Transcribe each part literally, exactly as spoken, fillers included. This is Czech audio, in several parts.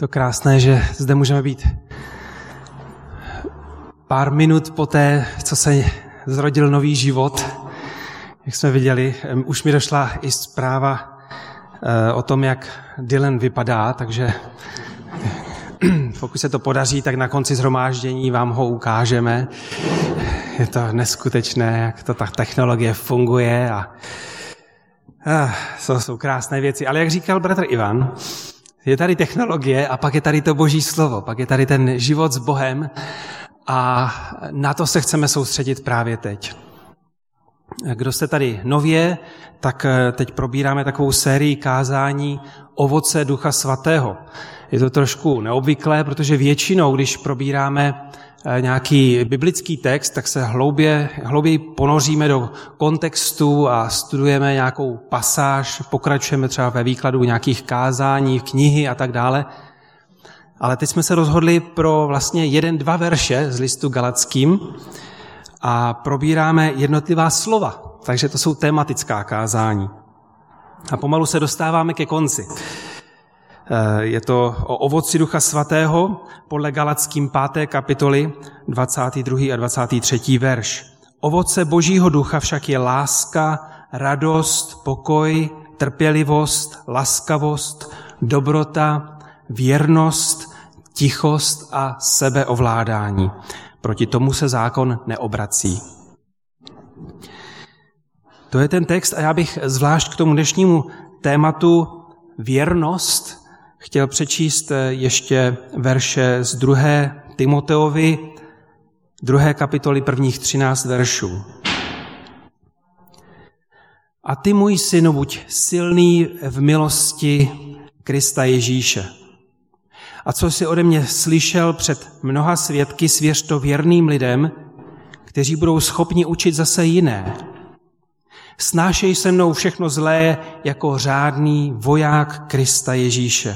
To krásné, že zde můžeme být pár minut poté, co se zrodil nový život. Jak jsme viděli, už mi došla i zpráva o tom, jak Dylan vypadá, takže pokud se to podaří, tak na konci shromáždění vám ho ukážeme. Je to neskutečné, jak to ta technologie funguje a, a to jsou krásné věci. Ale jak říkal bratr Ivan, je tady technologie a pak je tady to Boží slovo, pak je tady ten život s Bohem a na to se chceme soustředit právě teď. Kdo jste tady nově, tak teď probíráme takovou sérii kázání Ovoce Ducha Svatého. Je to trošku neobvyklé, protože většinou, když probíráme nějaký biblický text, tak se hloubě, hlouběji ponoříme do kontextu a studujeme nějakou pasáž, pokračujeme třeba ve výkladu nějakých kázání, knihy a tak dále. Ale teď jsme se rozhodli pro vlastně jeden, dva verše z listu Galatským a probíráme jednotlivá slova, takže to jsou tematická kázání. A pomalu se dostáváme ke konci. Je to o ovoci Ducha Svatého podle Galatským páté kapitoly dvacátý druhý a dvacátý třetí verš. Ovoce Božího Ducha však je láska, radost, pokoj, trpělivost, laskavost, dobrota, věrnost, tichost a sebeovládání. Proti tomu se zákon neobrací. To je ten text a já bych zvlášť k tomu dnešnímu tématu věrnost chtěl přečíst ještě verše z druhé Timoteovi, druhé kapitoly prvních třináct veršů. A ty, můj synu, buď silný v milosti Krista Ježíše. A co jsi ode mě slyšel před mnoha svědky, svěř to věrným lidem, kteří budou schopni učit zase jiné. Snášej se mnou všechno zlé jako řádný voják Krista Ježíše.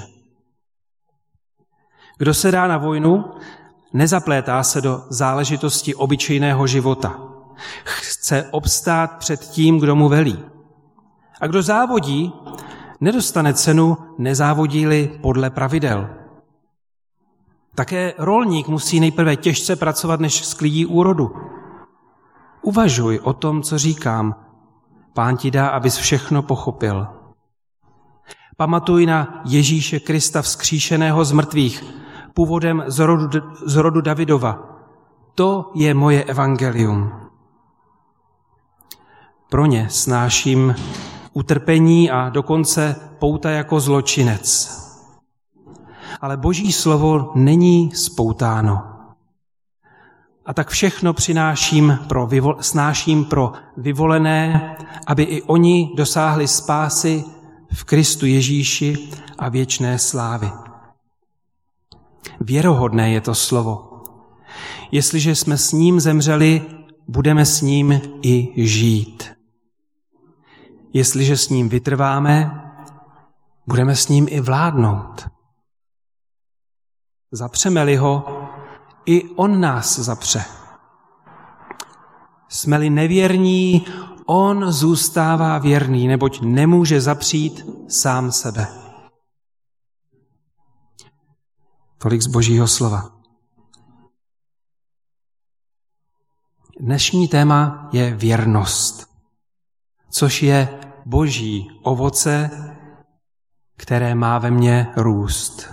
Kdo se dá na vojnu, nezaplétá se do záležitosti obyčejného života. Chce obstát před tím, kdo mu velí. A kdo závodí, nedostane cenu, nezávodí-li podle pravidel. Také rolník musí nejprve těžce pracovat, než sklidí úrodu. Uvažuj o tom, co říkám. Pán ti dá, abys všechno pochopil. Pamatuj na Ježíše Krista vzkříšeného z mrtvých, původem z rodu, z rodu Davidova. To je moje evangelium. Pro ně snáším utrpení a dokonce pouta jako zločinec. Ale Boží slovo není spoutáno. A tak všechno přináším pro vyvo- snáším pro vyvolené, aby i oni dosáhli spásy v Kristu Ježíši a věčné slávy. Věrohodné je to slovo. Jestliže jsme s ním zemřeli, budeme s ním i žít. Jestliže s ním vytrváme, budeme s ním i vládnout. Zapřeme-li ho, i on nás zapře. Jsme-li nevěrní, on zůstává věrný, neboť nemůže zapřít sám sebe. Tolik z Božího slova. Dnešní téma je věrnost, což je Boží ovoce, které má ve mně růst.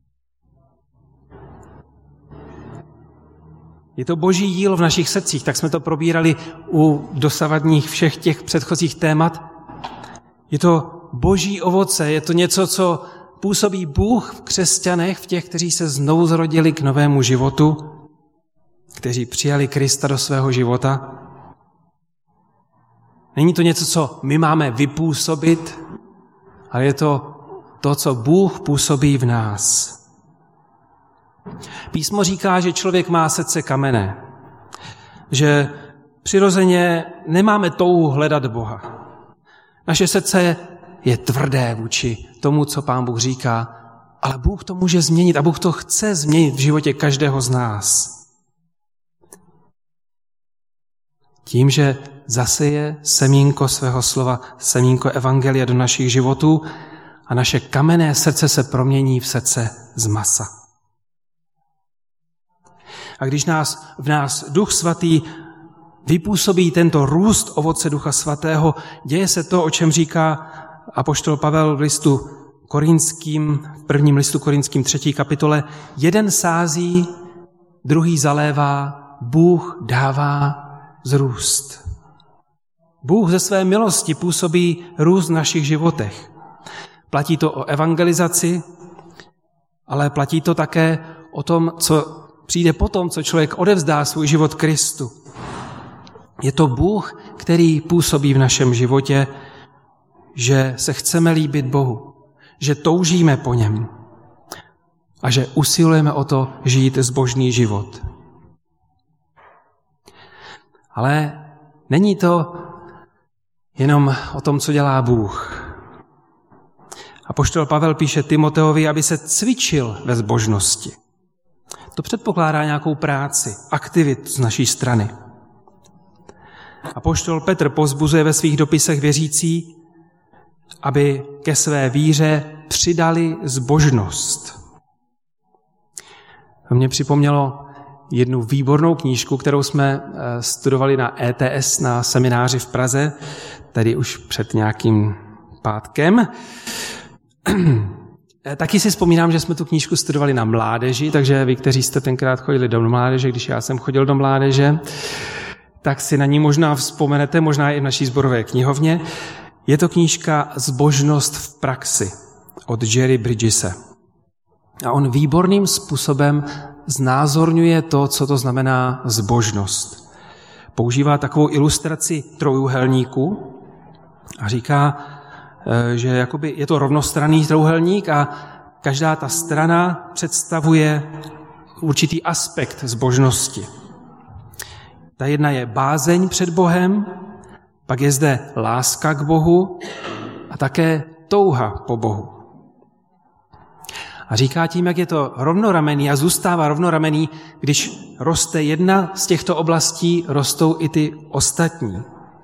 Je to Boží dílo v našich srdcích, tak jsme to probírali u dosavadních všech těch předchozích témat. Je to Boží ovoce, je to něco, co působí Bůh v křesťanech, v těch, kteří se znovu zrodili k novému životu, kteří přijali Krista do svého života. Není to něco, co my máme vypůsobit, ale je to to, co Bůh působí v nás. Písmo říká, že člověk má srdce kamenné, že přirozeně nemáme touhu hledat Boha. Naše srdce je tvrdé vůči tomu, co Pán Bůh říká, ale Bůh to může změnit a Bůh to chce změnit v životě každého z nás. Tím, že zaseje semínko svého slova, semínko evangelia do našich životů a naše kamenné srdce se promění v srdce z masa. A když nás, v nás Duch Svatý vypůsobí tento růst ovoce Ducha Svatého, děje se to, o čem říká apoštol Pavel v listu Korinským, v prvním listu Korinským třetí kapitole. Jeden sází, druhý zalévá, Bůh dává vzrůst. Bůh ze své milosti působí růst v našich životech. Platí to o evangelizaci, ale platí to také o tom, co přijde potom, co člověk odevzdá svůj život Kristu. Je to Bůh, který působí v našem životě, že se chceme líbit Bohu, že toužíme po něm a že usilujeme o to žít zbožný život. Ale není to jenom o tom, co dělá Bůh. Apoštol Pavel píše Timoteovi, aby se cvičil ve zbožnosti. To předpokládá nějakou práci, aktivit z naší strany. Apoštol Petr povzbuzuje ve svých dopisech věřící, aby ke své víře přidali zbožnost. To mě připomnělo jednu výbornou knížku, kterou jsme studovali na E T S, na semináři v Praze, tedy už před nějakým pátkem. Taky si vzpomínám, že jsme tu knížku studovali na mládeži, takže vy, kteří jste tenkrát chodili do mládeže, když já jsem chodil do mládeže, tak si na ní možná vzpomenete, možná i v naší sborové knihovně. Je to knížka Zbožnost v praxi od Jerry Bridgese. A on výborným způsobem znázorňuje to, co to znamená zbožnost. Používá takovou ilustraci trojúhelníku a říká, že jakoby je to rovnostranný trojúhelník a každá ta strana představuje určitý aspekt zbožnosti. Ta jedna je bázeň před Bohem, pak je zde láska k Bohu a také touha po Bohu. A říká tím, jak je to rovnoramenný a zůstává rovnoramenný, když roste jedna z těchto oblastí, rostou i ty ostatní.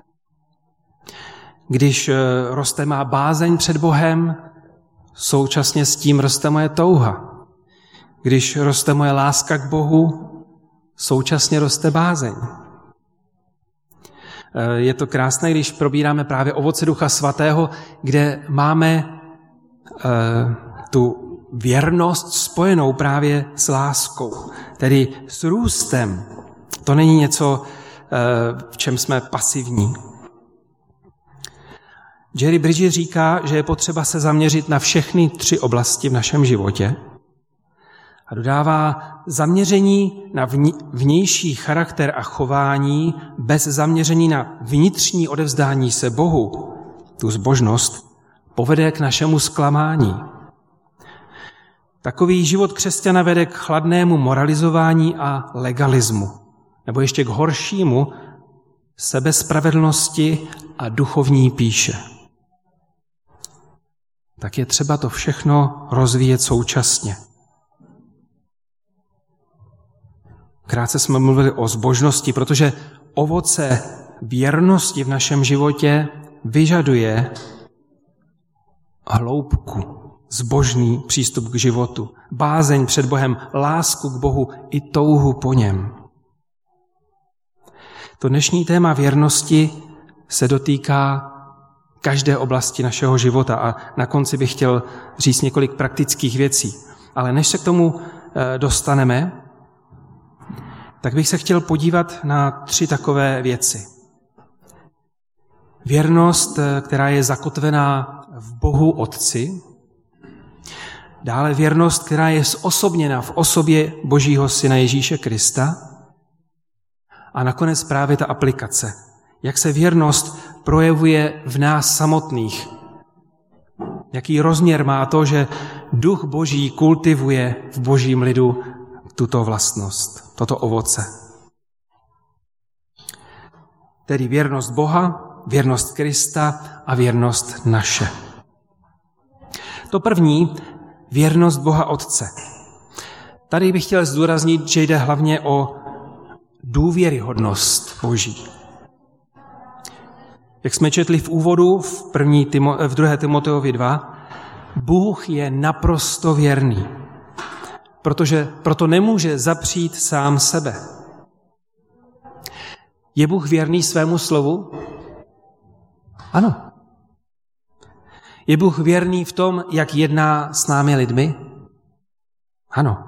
Když roste má bázeň před Bohem, současně s tím roste moje touha. Když roste moje láska k Bohu, současně roste bázeň. Je to krásné, když probíráme právě ovoce Ducha Svatého, kde máme tu věrnost spojenou právě s láskou, tedy s růstem. To není něco, v čem jsme pasivní. Jerry Bridges říká, že je potřeba se zaměřit na všechny tři oblasti v našem životě a dodává zaměření na vnější charakter a chování bez zaměření na vnitřní odevzdání se Bohu, tu zbožnost, povede k našemu zklamání. Takový život křesťana vede k chladnému moralizování a legalismu, nebo ještě k horšímu sebespravedlnosti a duchovní pýše. Tak je třeba to všechno rozvíjet současně. Krátce jsme mluvili o zbožnosti, protože ovoce věrnosti v našem životě vyžaduje hloubku, zbožný přístup k životu, bázeň před Bohem, lásku k Bohu i touhu po něm. To dnešní téma věrnosti se dotýká každé oblasti našeho života a na konci bych chtěl říct několik praktických věcí. Ale než se k tomu dostaneme, tak bych se chtěl podívat na tři takové věci. Věrnost, která je zakotvená v Bohu Otci, dále věrnost, která je zosobněna v osobě Božího Syna Ježíše Krista a nakonec právě ta aplikace, jak se věrnost projevuje v nás samotných. Jaký rozměr má to, že Duch Boží kultivuje v Božím lidu tuto vlastnost, toto ovoce. Tedy věrnost Boha, věrnost Krista a věrnost naše. To první, věrnost Boha Otce. Tady bych chtěl zdůraznit, že jde hlavně o důvěryhodnost Boží. Jak jsme četli v úvodu v, první Timo, v druhé Timoteovi dva, Bůh je naprosto věrný, protože proto nemůže zapřít sám sebe. Je Bůh věrný svému slovu? Ano. Je Bůh věrný v tom, jak jedná s námi lidmi? Ano.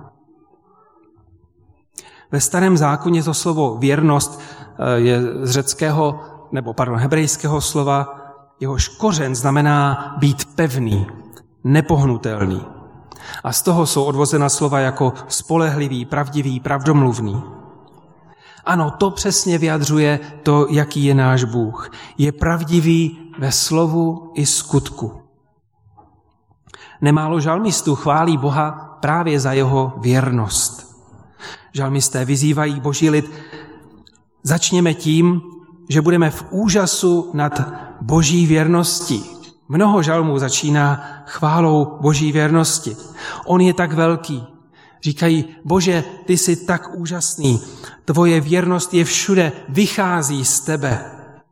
Ve Starém zákoně to slovo věrnost je z řeckého, nebo pardon, hebrejského slova, jehož kořen znamená být pevný, nepohnutelný. A z toho jsou odvozena slova jako spolehlivý, pravdivý, pravdomluvný. Ano, to přesně vyjadřuje to, jaký je náš Bůh. Je pravdivý ve slovu i skutku. Nemálo žalmistů chválí Boha právě za jeho věrnost. Žalmisté vyzývají Boží lid, začněme tím, že budeme v úžasu nad Boží věrností. Mnoho žalmů začíná chválou Boží věrnosti. On je tak velký. Říkají, Bože, ty jsi tak úžasný, tvoje věrnost je všude, vychází z tebe.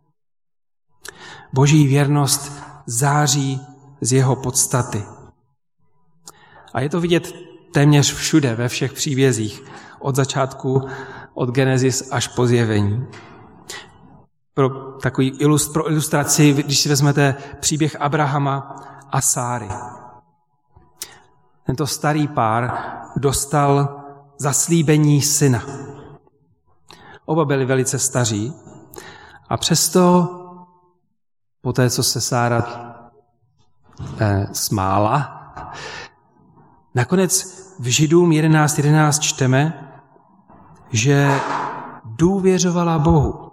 Boží věrnost září z jeho podstaty. A je to vidět téměř všude, ve všech příbězích, od začátku, od Genesis až po zjevení. Pro takový ilust, pro ilustraci, když si vezmete příběh Abrahama a Sáry. Tento starý pár dostal zaslíbení syna. Oba byli velice staří a přesto po té, co se Sára eh, smála, nakonec v Židům jedenáct jedenáct čteme, že důvěřovala Bohu.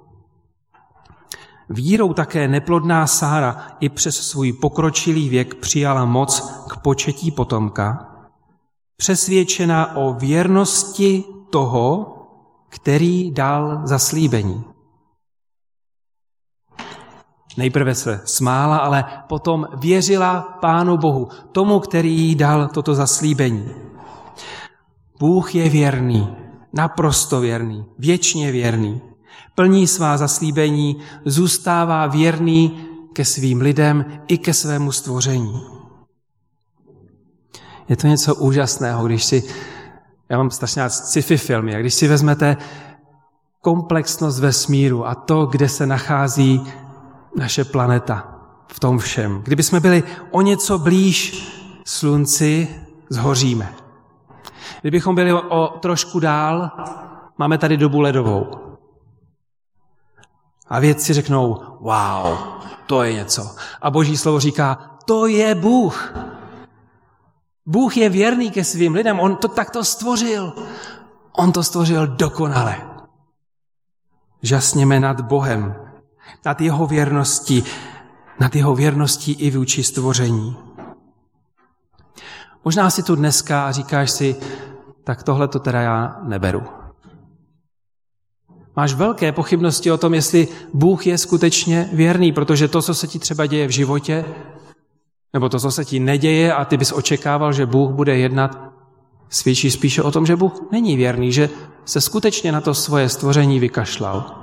Vírou také neplodná Sára i přes svůj pokročilý věk přijala moc k početí potomka, přesvědčená o věrnosti toho, který dal zaslíbení. Nejprve se smála, ale potom věřila Pánu Bohu, tomu, který jí dal toto zaslíbení. Bůh je věrný, naprosto věrný, věčně věrný. Plní svá zaslíbení, zůstává věrný ke svým lidem i ke svému stvoření. Je to něco úžasného, když si, já mám strašně rád sci-fi filmy, a když si vezmete komplexnost vesmíru a to, kde se nachází naše planeta v tom všem. Kdyby jsme byli o něco blíž slunci, zhoříme. Kdybychom byli o trošku dál, máme tady dobu ledovou. A vědci řeknou, wow, to je něco. A Boží slovo říká, to je Bůh. Bůh je věrný ke svým lidem, on to takto stvořil. On to stvořil dokonale. Žasněme nad Bohem, nad jeho věrností, nad jeho věrností i vůči stvoření. Možná si tu dneska a říkáš si, tak tohle to teda já neberu. Máš velké pochybnosti o tom, jestli Bůh je skutečně věrný, protože to, co se ti třeba děje v životě, nebo to, co se ti neděje a ty bys očekával, že Bůh bude jednat, svědčí spíše o tom, že Bůh není věrný, že se skutečně na to svoje stvoření vykašlal.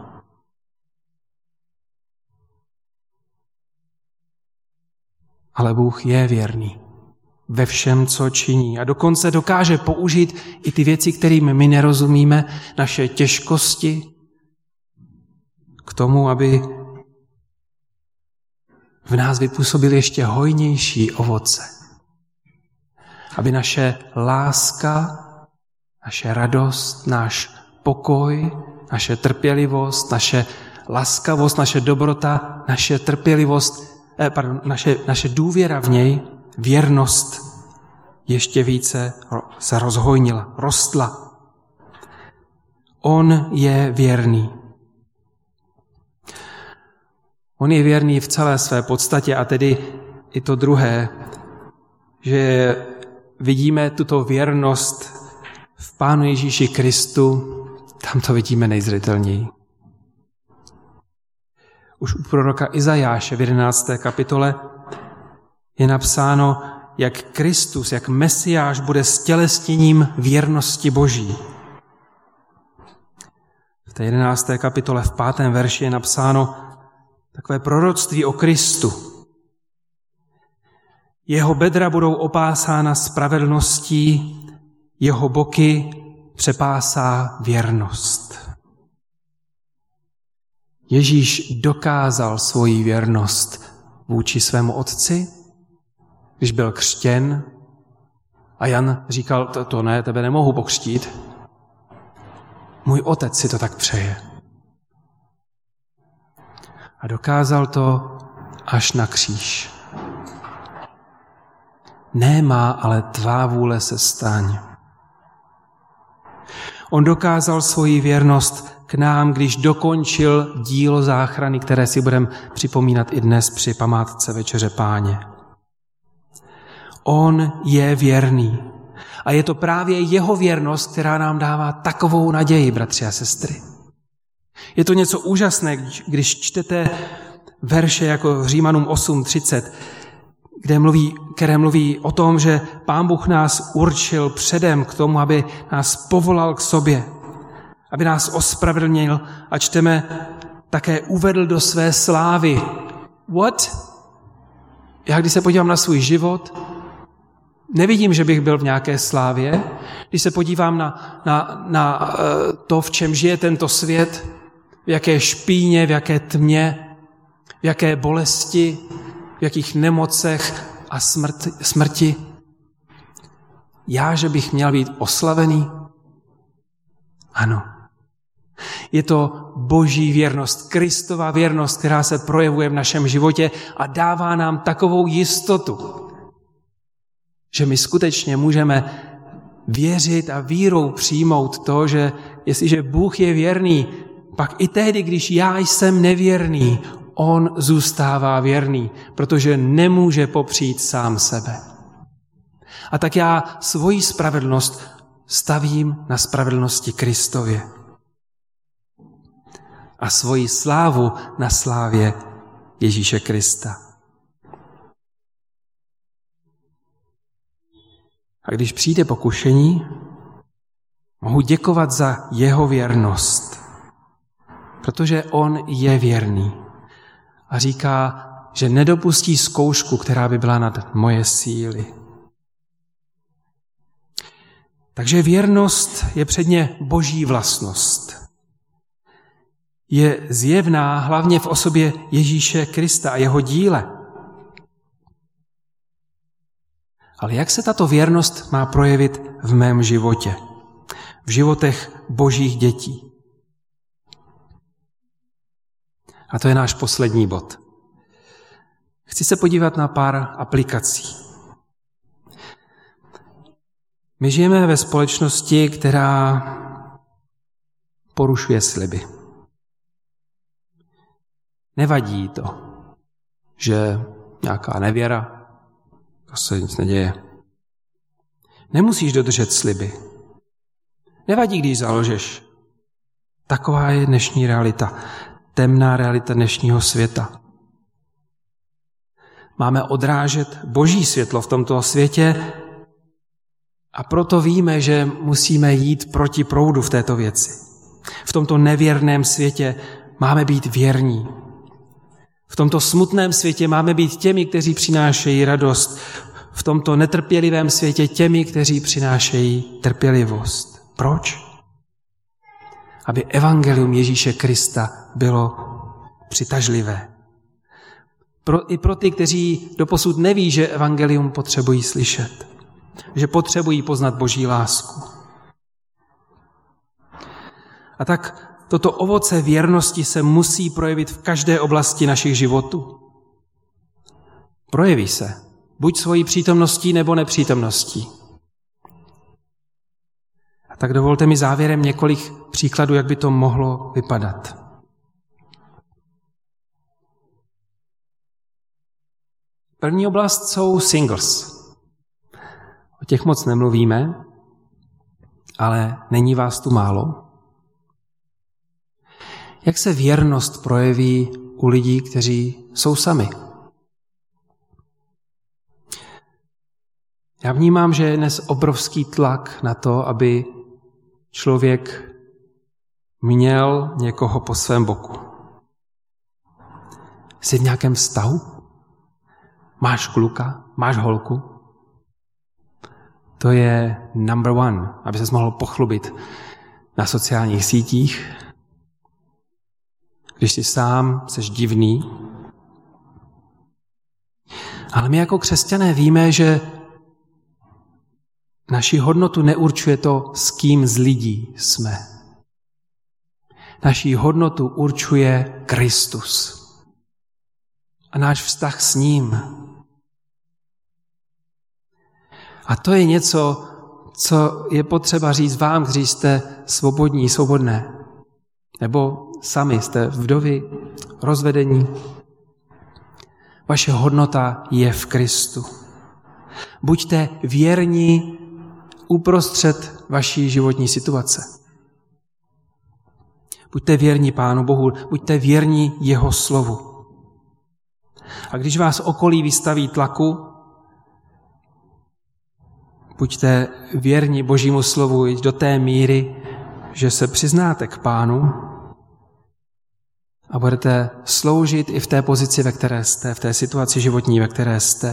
Ale Bůh je věrný ve všem, co činí. A dokonce dokáže použít i ty věci, kterým my nerozumíme, naše těžkosti, k tomu, aby v nás vypůsobil ještě hojnější ovoce. Aby naše láska, naše radost, náš pokoj, naše trpělivost, naše laskavost, naše dobrota, naše trpělivost, eh, pardon, naše, naše důvěra v něj, věrnost ještě více se rozhojnila, rostla. On je věrný. On je věrný v celé své podstatě a tedy i to druhé, že vidíme tuto věrnost v Pánu Ježíši Kristu, tam to vidíme nejzřetelněji. Už u proroka Izajáše v jedenácté kapitole je napsáno, jak Kristus, jak Mesiáš bude stělesněním věrnosti Boží. V té jedenácté kapitole v pátém verši je napsáno takové proroctví o Kristu. Jeho bedra budou opásána spravedlností, jeho boky přepásá věrnost. Ježíš dokázal svoji věrnost vůči svému otci, když byl křtěn a Jan říkal, to, to ne, tebe nemohu pokřtít. Můj otec si to tak přeje. A dokázal to až na kříž. Ne má, ale tvá vůle se staň. On dokázal svoji věrnost k nám, když dokončil dílo záchrany, které si budeme připomínat i dnes při památce Večeře Páně. On je věrný. A je to právě jeho věrnost, která nám dává takovou naději, bratři a sestry. Je to něco úžasné, když čtete verše jako Římanům osm třicet, kde mluví, které mluví o tom, že Pán Bůh nás určil předem k tomu, aby nás povolal k sobě, aby nás ospravedlnil, a čteme, také uvedl do své slávy. What? Já když se podívám na svůj život, nevidím, že bych byl v nějaké slávě. Když se podívám na, na, na to, v čem žije tento svět, v jaké špíně, v jaké tmě, v jaké bolesti, v jakých nemocech a smrt, smrti. Já, že bych měl být oslavený? Ano. Je to Boží věrnost, Kristova věrnost, která se projevuje v našem životě a dává nám takovou jistotu, že my skutečně můžeme věřit a vírou přijmout to, že jestliže Bůh je věrný, pak i tehdy, když já jsem nevěrný, on zůstává věrný, protože nemůže popřít sám sebe. A tak já svoji spravedlnost stavím na spravedlnosti Kristově. A svoji slávu na slávě Ježíše Krista. A když přijde pokušení, mohu děkovat za jeho věrnost, protože on je věrný. A říká, že nedopustí zkoušku, která by byla nad moje síly. Takže věrnost je předně Boží vlastnost. Je zjevná hlavně v osobě Ježíše Krista a jeho díle. Ale jak se tato věrnost má projevit v mém životě? V životech Božích dětí? A to je náš poslední bod. Chci se podívat na pár aplikací. My žijeme ve společnosti, která porušuje sliby. Nevadí to, že nějaká nevěra, to se nic neděje. Nemusíš dodržet sliby. Nevadí, když založeš. Taková je dnešní realita. Temná realita dnešního světa. Máme odrážet Boží světlo v tomto světě a proto víme, že musíme jít proti proudu v této věci. V tomto nevěrném světě máme být věrní. V tomto smutném světě máme být těmi, kteří přinášejí radost. V tomto netrpělivém světě těmi, kteří přinášejí trpělivost. Proč? Aby evangelium Ježíše Krista bylo přitažlivé. Pro, I pro ty, kteří doposud neví, že evangelium potřebují slyšet. Že potřebují poznat Boží lásku. A tak toto ovoce věrnosti se musí projevit v každé oblasti našich životů. Projeví se, buď svojí přítomností nebo nepřítomností. A tak dovolte mi závěrem několik příkladů, jak by to mohlo vypadat. První oblast jsou singles. O těch moc nemluvíme, ale není vás tu málo. Jak se věrnost projeví u lidí, kteří jsou sami? Já vnímám, že je dnes obrovský tlak na to, aby člověk měl někoho po svém boku. Jsi v nějakém vztahu? Máš kluka? Máš holku? To je number one, aby ses mohl pochlubit na sociálních sítích. Když jsi sám, seš divný. Ale my jako křesťané víme, že naši hodnotu neurčuje to, s kým z lidí jsme. Naši hodnotu určuje Kristus. A náš vztah s ním. A to je něco, co je potřeba říct vám, kteří jste svobodní, svobodné. Nebo sami jste vdovy, rozvedení. Vaše hodnota je v Kristu. Buďte věrní uprostřed vaší životní situace. Buďte věrní Pánu Bohu, buďte věrní jeho slovu. A když vás okolí vystaví tlaku, buďte věrní Božímu slovu do té míry, že se přiznáte k Pánu a budete sloužit i v té pozici, ve které jste, v té situaci životní, ve které jste.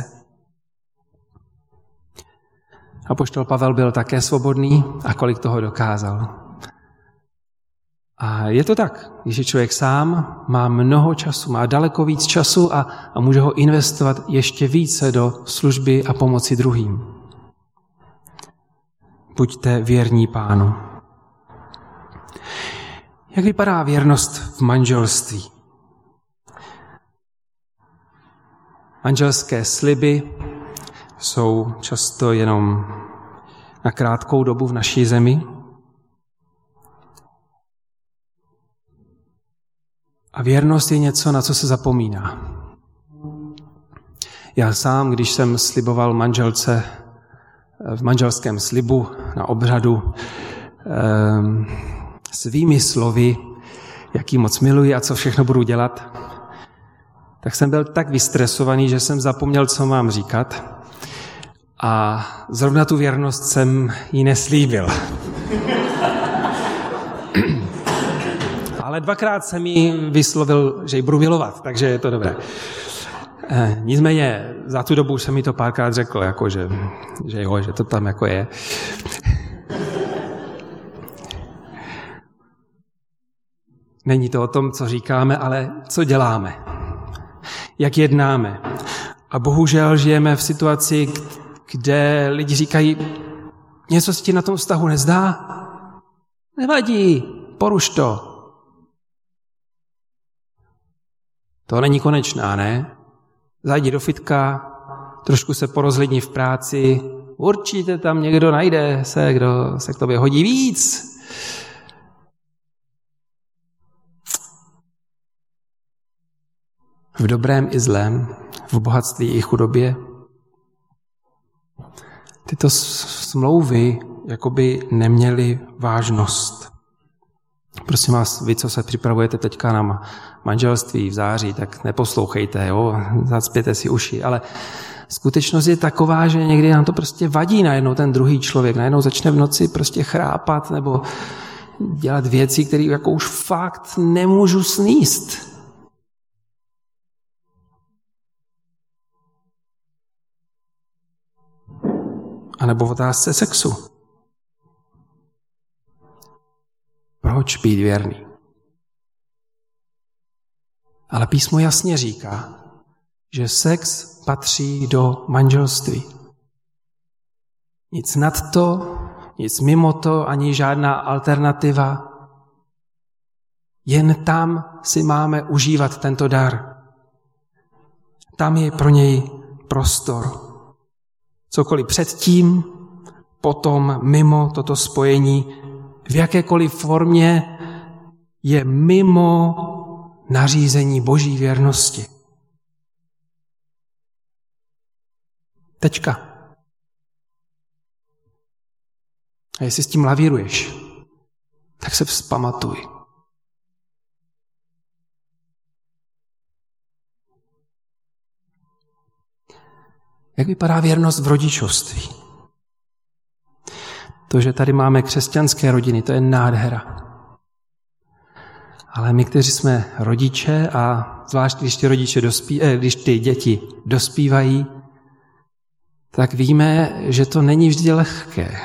Apoštol Pavel byl také svobodný a kolik toho dokázal. A je to tak, když je člověk sám, má mnoho času, má daleko víc času a, a může ho investovat ještě více do služby a pomoci druhým. Buďte věrní Pánu. Jak vypadá věrnost v manželství? Manželské sliby jsou často jenom na krátkou dobu v naší zemi. A věrnost je něco, na co se zapomíná. Já sám, když jsem sliboval manželce v manželském slibu na obřadu um, svými slovy, jaký moc miluji a co všechno budu dělat, tak jsem byl tak vystresovaný, že jsem zapomněl, co mám říkat. A zrovna tu věrnost jsem jí neslíbil. Ale dvakrát jsem jí vyslovil, že ji budu milovat, takže je to dobré. E, nicméně za tu dobu jsem mi to párkrát řekl, jako že, že jo, že to tam jako je. Není to o tom, co říkáme, ale co děláme. Jak jednáme. A bohužel žijeme v situaci, kde lidi říkají, něco se ti na tom vztahu nezdá? Nevadí, poruš to. To není konečná, ne? Zajdi do fitka, trošku se porozhlídni v práci, určitě tam někdo najde se, kdo se k tobě hodí víc. V dobrém i zlém, v bohatství i chudobě. Tyto smlouvy jakoby neměly vážnost. Prosím vás, vy, co se připravujete teďka na manželství v září, tak neposlouchejte, jo? Zacpěte si uši, ale skutečnost je taková, že někdy nám to prostě vadí najednou ten druhý člověk, najednou začne v noci prostě chrápat nebo dělat věci, které jako už fakt nemůžu sníst. A nebo v otázce sexu. Proč být věrný? Ale písmo jasně říká, že sex patří do manželství. Nic nad to, nic mimo to, ani žádná alternativa. Jen tam si máme užívat tento dar. Tam je pro něj prostor. Cokoliv předtím, potom, mimo toto spojení, v jakékoliv formě je mimo nařízení Boží věrnosti. Tečka. A jestli s tím lavíruješ, tak se vzpamatuj. Jak vypadá věrnost v rodičovství? To, že tady máme křesťanské rodiny, to je nádhera. Ale my, kteří jsme rodiče a zvlášť když ty, rodiče dospí, eh, když ty děti dospívají, tak víme, že to není vždy lehké.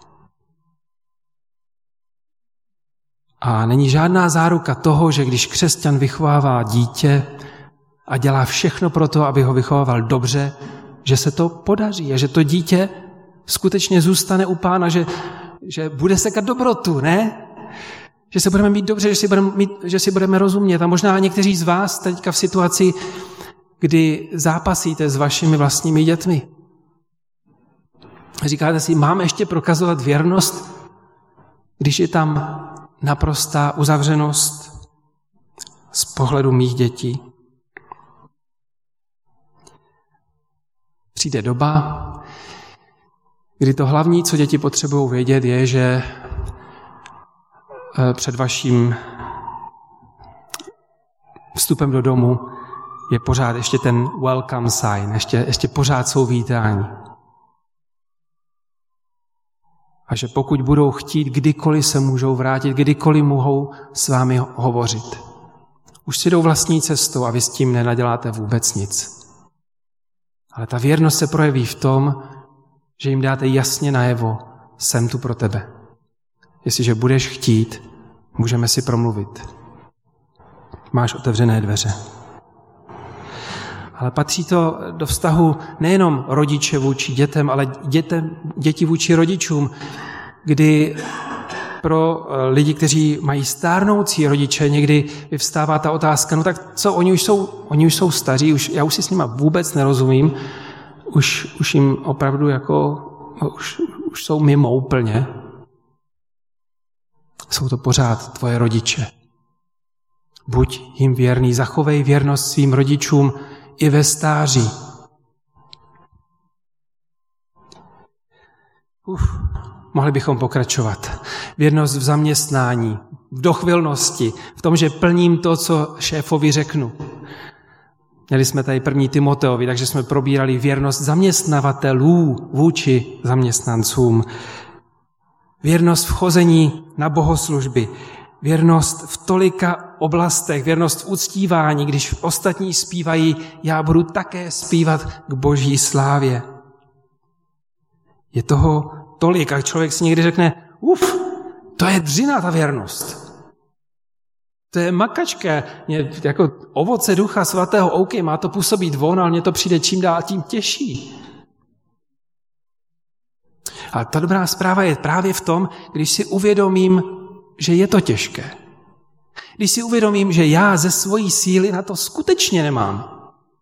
A není žádná záruka toho, že když křesťan vychovává dítě a dělá všechno pro to, aby ho vychovával dobře, že se to podaří a že to dítě skutečně zůstane u Pána, že, že bude sekat dobrotu, ne? Že se budeme mít dobře, že si budeme, mít, že si budeme rozumět. A možná někteří z vás teďka v situaci, kdy zápasíte s vašimi vlastními dětmi. Říkáte si, mám ještě prokazovat věrnost, když je tam naprostá uzavřenost z pohledu mých dětí. Přijde doba, kdy to hlavní, co děti potřebují vědět, je, že před vaším vstupem do domu je pořád ještě ten welcome sign, ještě, ještě pořád jsou vítání. A že pokud budou chtít, kdykoliv se můžou vrátit, kdykoliv mohou s vámi hovořit. Už si jdou vlastní cestou a vy s tím nenaděláte vůbec nic. Ale ta věrnost se projeví v tom, že jim dáte jasně najevo, jsem tu pro tebe. Jestliže budeš chtít, můžeme si promluvit. Máš otevřené dveře. Ale patří to do vztahu nejenom rodiče vůči dětem, ale dětem, děti vůči rodičům, kdy pro lidi, kteří mají stárnoucí rodiče, někdy vyvstává ta otázka, no tak co, oni už jsou, oni už jsou staří, už, já už si s nima vůbec nerozumím, už, už jim opravdu jako, už, už jsou mimo úplně. Jsou to pořád tvoje rodiče. Buď jim věrný, zachovej věrnost svým rodičům i ve stáří. Uf, mohli bychom pokračovat. Věrnost v zaměstnání, v dochvilnosti, v tom, že plním to, co šéfovi řeknu. Měli jsme tady první Timoteovi, takže jsme probírali věrnost zaměstnavatelů vůči zaměstnancům. Věrnost v chození na bohoslužby. Věrnost v tolika oblastech, věrnost v uctívání, když ostatní zpívají, já budu také zpívat k boží slávě. Je toho tolik a člověk si někdy řekne, uf, to je dřina ta věrnost. To je makačka, mě, jako ovoce ducha svatého, OK, má to působit von, ale mně to přijde čím dál tím těžší. Ale ta dobrá zpráva je právě v tom, když si uvědomím, že je to těžké. Když si uvědomím, že já ze svojí síly na to skutečně nemám.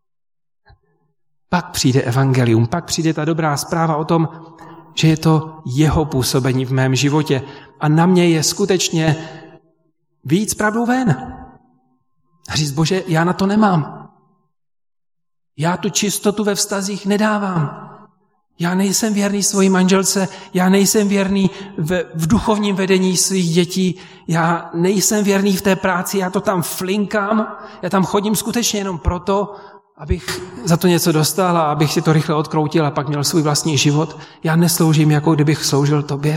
Pak přijde evangelium, pak přijde ta dobrá zpráva o tom, že je to jeho působení v mém životě a na mě je skutečně víc pravdou ven. A říct, Bože, já na to nemám. Já tu čistotu ve vztazích nedávám. Já nejsem věrný svojí manželce, já nejsem věrný v, v duchovním vedení svých dětí, já nejsem věrný v té práci, já to tam flinkám, já tam chodím skutečně jenom proto, abych za to něco dostal a abych si to rychle odkroutil a pak měl svůj vlastní život. Já nesloužím, jako kdybych sloužil tobě.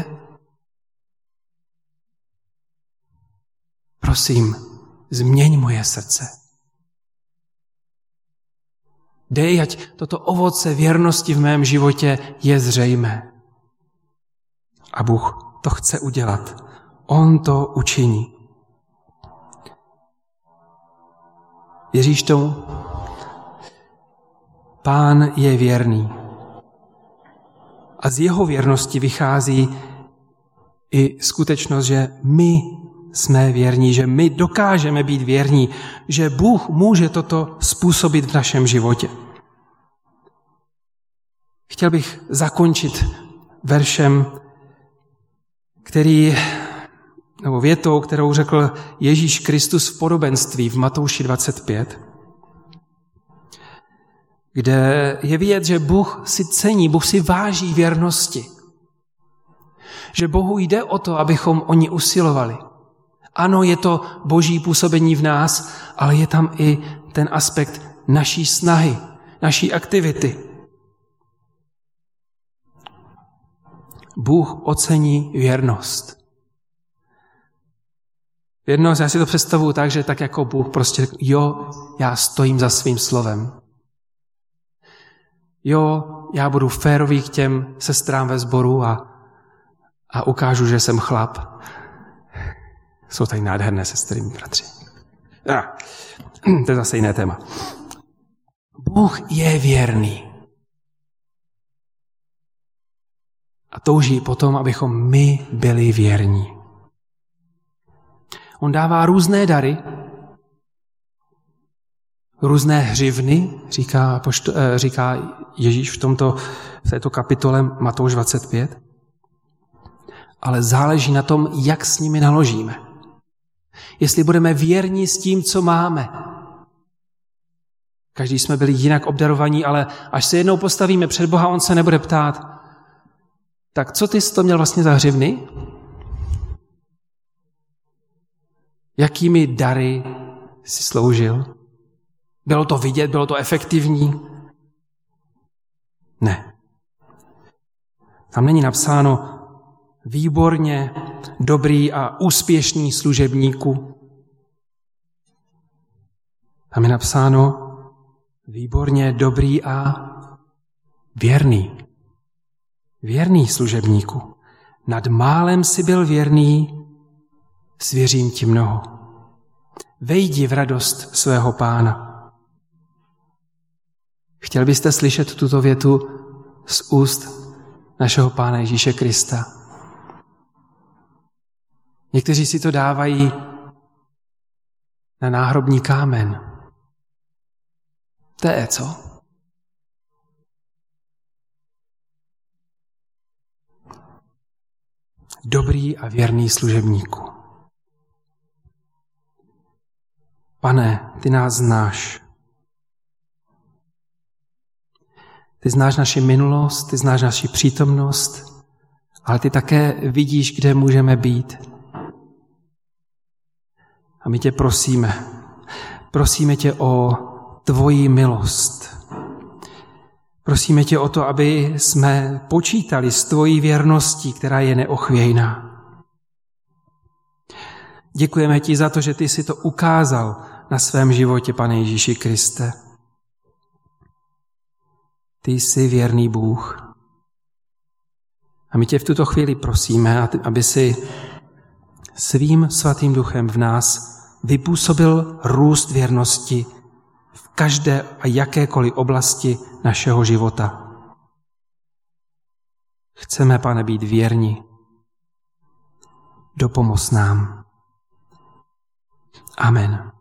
Prosím, změň moje srdce. Dej, ať toto ovoce věrnosti v mém životě je zřejmé. A Bůh to chce udělat. On to učiní. Věříš tomu? Pán je věrný. A z jeho věrnosti vychází i skutečnost, že my jsme věrní, že my dokážeme být věrní, že Bůh může toto způsobit v našem životě. Chtěl bych zakončit veršem, který, nebo větou, kterou řekl Ježíš Kristus v podobenství v Matouši dvacet pět, kde je vidět, že Bůh si cení, Bůh si váží věrnosti. Že Bohu jde o to, abychom o ní usilovali. Ano, je to boží působení v nás, ale je tam i ten aspekt naší snahy, naší aktivity. Bůh ocení věrnost. Jedno, já si to představuju tak, že tak jako Bůh prostě řekl, jo, já stojím za svým slovem. Jo, já budu férový k těm sestrám ve sboru a, a ukážu, že jsem chlap. Jsou tady nádherné sestry, bratři. Ah, to je zase jiné téma. Bůh je věrný. A touží potom, abychom my byli věrní. On dává různé dary, různé hřivny, říká, říká Ježíš v, tomto, v této kapitole Matouš dvacet pět, ale záleží na tom, jak s nimi naložíme. Jestli budeme věrní s tím, co máme. Každý jsme byli jinak obdarovaní, ale až se jednou postavíme před Boha, on se nebude ptát, tak co ty jsi to měl vlastně za hřivny? Jakými dary jsi sloužil? Bylo to vidět, bylo to efektivní? Ne. Tam není napsáno výborně, dobrý a úspěšný služebníku. Tam je napsáno výborně, dobrý a věrný. Věrný služebníku. Nad málem si byl věrný, svěřím ti mnoho. Vejdi v radost svého Pána. Chtěl byste slyšet tuto větu z úst našeho Pána Ježíše Krista? Někteří si to dávají na náhrobní kámen. To je co? Dobrý a věrný služebníku. Pane, ty nás znáš. Ty znáš naši minulost, ty znáš naši přítomnost, ale ty také vidíš, kde můžeme být. A my tě prosíme, prosíme tě o tvoji milost. Prosíme tě o to, aby jsme počítali s tvojí věrností, která je neochvějná. Děkujeme ti za to, že ty jsi to ukázal na svém životě, Pane Ježíši Kriste. Ty jsi věrný Bůh. A my tě v tuto chvíli prosíme, aby si svým svatým duchem v nás vypůsobil růst věrnosti v každé a jakékoliv oblasti našeho života. Chceme, Pane, být věrní. Dopomoz nám. Amen.